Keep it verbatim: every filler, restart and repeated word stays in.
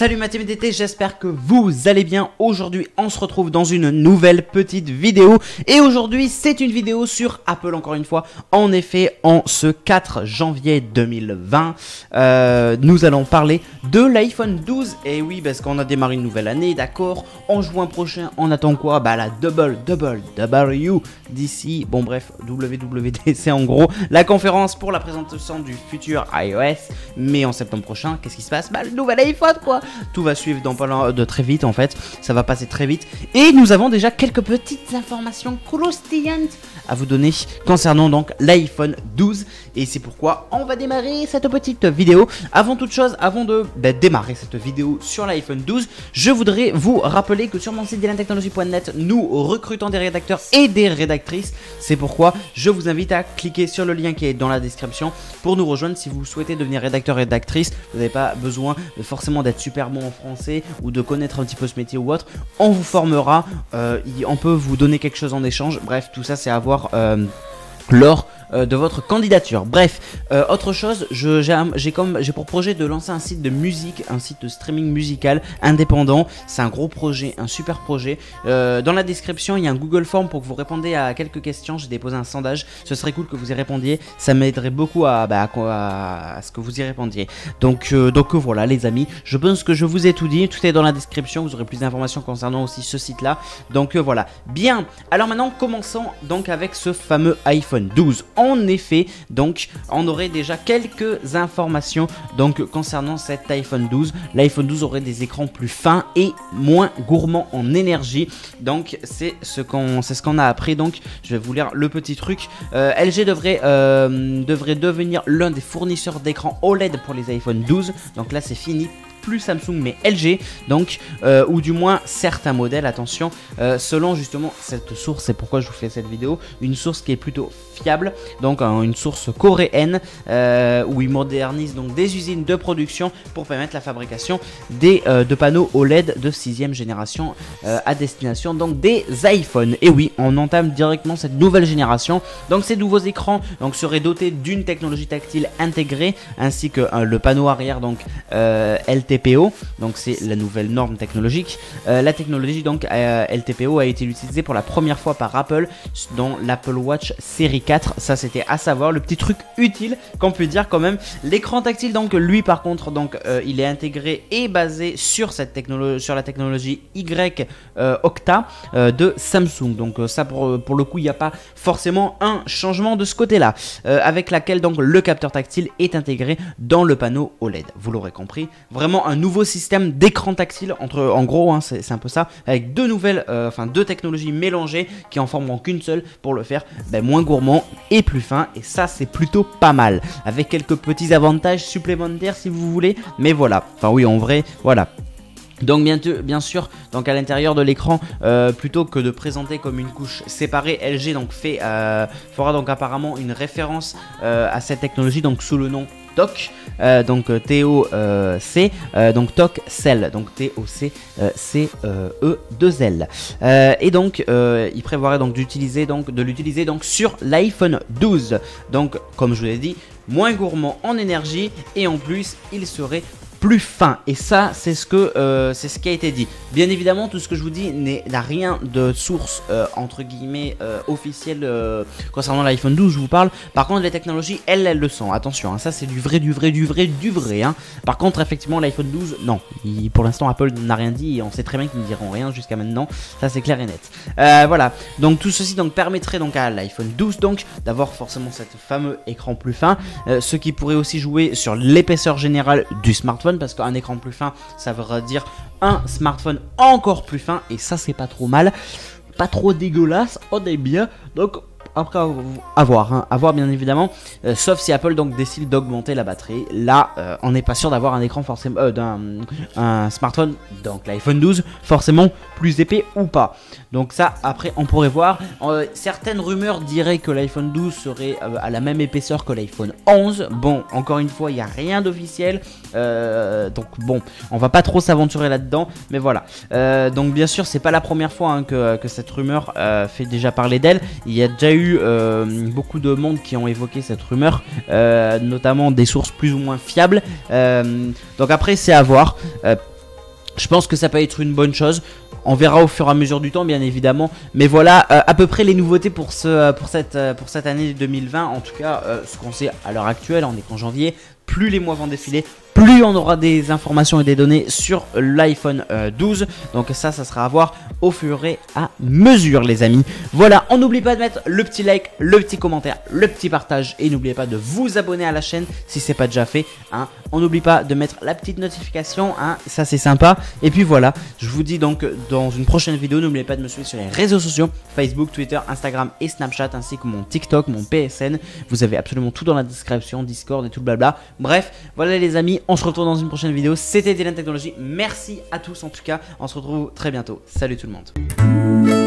Salut ma team D T, j'espère que vous allez bien. Aujourd'hui on se retrouve dans une nouvelle petite vidéo. Et aujourd'hui c'est une vidéo sur Apple encore une fois. En effet, en ce quatre janvier deux mille vingt, euh, nous allons parler de l'iPhone douze. Et oui, parce qu'on a démarré une nouvelle année, d'accord. En juin prochain on attend quoi? Bah la double, double, W d'ici. Bon bref, W W D C en gros. La conférence pour la présentation du futur iOS. Mais en septembre prochain, qu'est-ce qui se passe? Bah le nouvel iPhone quoi. Tout va suivre dans pas de très vite en fait, ça va passer très vite. Et nous avons déjà quelques petites informations croustillantes à vous donner concernant donc l'iPhone douze. Et c'est pourquoi on va démarrer cette petite vidéo. Avant toute chose, avant de bah, démarrer cette vidéo sur l'iPhone douze, je voudrais vous rappeler que sur mon site dylan technology point net, nous recrutons des rédacteurs et des rédactrices. C'est pourquoi je vous invite à cliquer sur le lien qui est dans la description pour nous rejoindre si vous souhaitez devenir rédacteur et rédactrice. Vous n'avez pas besoin forcément d'être super bon en français ou de connaître un petit peu ce métier ou autre. On vous formera, euh, on peut vous donner quelque chose en échange. Bref, tout ça c'est à voir euh, lors euh, de votre candidature. Bref, euh, autre chose, je, j'ai, j'ai, comme, j'ai pour projet de lancer un site de musique, un site de streaming musical indépendant. C'est un gros projet, un super projet. Euh, dans la description, il y a un Google Form pour que vous répondez à quelques questions. J'ai déposé un sondage. Ce serait cool que vous y répondiez. Ça m'aiderait beaucoup à, bah, à, à ce que vous y répondiez. Donc, euh, donc euh, voilà les amis. Je pense que je vous ai tout dit. Tout est dans la description. Vous aurez plus d'informations concernant aussi ce site-là. Donc euh, voilà. Bien. Alors maintenant, commençons donc avec ce fameux iPhone douze. En effet, donc, on aurait déjà quelques informations donc concernant cet iPhone douze. L'iPhone douze aurait des écrans plus fins et moins gourmands en énergie. Donc, c'est ce qu'on, c'est ce qu'on a appris. Donc, je vais vous lire le petit truc. Euh, L G devrait, euh, devrait devenir l'un des fournisseurs d'écrans O L E D pour les iPhone douze. Donc là, c'est fini. Plus Samsung mais L G, donc euh, ou du moins certains modèles, attention, euh, selon justement cette source. C'est pourquoi je vous fais cette vidéo, une source qui est plutôt fiable, donc hein, une source coréenne euh, où ils modernisent donc des usines de production pour permettre la fabrication des euh, de panneaux O L E D de sixième génération euh, à destination donc des iPhones. Et oui, on entame directement cette nouvelle génération. Donc ces nouveaux écrans donc seraient dotés d'une technologie tactile intégrée ainsi que euh, le panneau arrière donc euh, L T P O, donc c'est la nouvelle norme technologique. Euh, la technologie donc euh, L T P O a été utilisée pour la première fois par Apple dans l'Apple Watch série quatre. Ça c'était à savoir, le petit truc utile qu'on peut dire quand même. L'écran tactile donc lui par contre donc euh, il est intégré et basé sur cette technologie, sur la technologie Y euh, Octa euh, de Samsung. Donc euh, ça pour, pour le coup il n'y a pas forcément un changement de ce côté là, euh, avec laquelle donc le capteur tactile est intégré dans le panneau O L E D. Vous l'aurez compris, vraiment un nouveau système d'écran tactile entre, en gros hein, c'est, c'est un peu ça, avec deux nouvelles euh, enfin deux technologies mélangées qui en formeront qu'une seule pour le faire ben, moins gourmand et plus fin. Et ça c'est plutôt pas mal, avec quelques petits avantages supplémentaires si vous voulez, mais voilà, enfin oui en vrai voilà. Donc bien, bien sûr, donc à l'intérieur de l'écran, euh, plutôt que de présenter comme une couche séparée, L G donc fait euh, fera donc apparemment une référence euh, à cette technologie donc sous le nom T O C, euh, donc T O C, euh, donc T O C Cell, donc T O C C E deux L. Euh, et donc euh, il prévoirait donc d'utiliser donc de l'utiliser donc sur l'iPhone douze. Donc comme je vous l'ai dit, moins gourmand en énergie et en plus il serait plus fin. Et ça c'est ce que euh, c'est ce qui a été dit. Bien évidemment tout ce que je vous dis n'a rien de source euh, entre guillemets euh, officielle euh, concernant l'iPhone douze je vous parle. Par contre les technologies elles elles le sont, attention hein, ça c'est du vrai du vrai du vrai du vrai hein. Par contre effectivement l'iPhone douze non, il, pour l'instant Apple n'a rien dit et on sait très bien qu'ils ne diront rien jusqu'à maintenant, ça c'est clair et net. Euh, voilà, donc tout ceci donc permettrait donc à l'iPhone douze donc d'avoir forcément cet fameux écran plus fin, euh, ce qui pourrait aussi jouer sur l'épaisseur générale du smartphone, parce qu'un écran plus fin ça veut dire un smartphone encore plus fin et ça c'est pas trop mal, pas trop dégueulasse, on est bien. Donc après à voir, hein, à voir bien évidemment, euh, sauf si Apple donc décide d'augmenter la batterie. Là euh, on n'est pas sûr d'avoir un écran forcément euh, d'un un smartphone, donc l'iPhone douze forcément plus épais ou pas. Donc ça après on pourrait voir. Euh, certaines rumeurs diraient que l'iPhone douze serait euh, à la même épaisseur que l'iPhone onze. Bon encore une fois il n'y a rien d'officiel, euh, donc bon on va pas trop s'aventurer là-dedans, mais voilà. Euh, donc bien sûr c'est pas la première fois hein, que, que cette rumeur euh, fait déjà parler d'elle. Il y a déjà eu euh, beaucoup de monde qui ont évoqué cette rumeur, euh, notamment des sources plus ou moins fiables. Euh, donc après c'est à voir. Euh, Je pense que ça peut être une bonne chose. On verra au fur et à mesure du temps, bien évidemment. Mais voilà euh, à peu près les nouveautés pour, ce, pour, cette, euh, pour cette année deux mille vingt. En tout cas, euh, ce qu'on sait à l'heure actuelle, on est qu'en janvier. Plus les mois vont défiler, plus on aura des informations et des données sur l'iPhone euh, douze. Donc ça, ça sera à voir au fur et à mesure, les amis. Voilà, on n'oublie pas de mettre le petit like, le petit commentaire, le petit partage. Et n'oubliez pas de vous abonner à la chaîne si ce n'est pas déjà fait. Hein. On n'oublie pas de mettre la petite notification, hein. Ça c'est sympa. Et puis voilà, je vous dis donc dans une prochaine vidéo, n'oubliez pas de me suivre sur les réseaux sociaux, Facebook, Twitter, Instagram et Snapchat, ainsi que mon TikTok, mon P S N. Vous avez absolument tout dans la description, Discord et tout le blabla. Bref, voilà les amis, on se retrouve dans une prochaine vidéo. C'était Dylan Technologies. Merci à tous en tout cas. On se retrouve très bientôt. Salut tout le monde.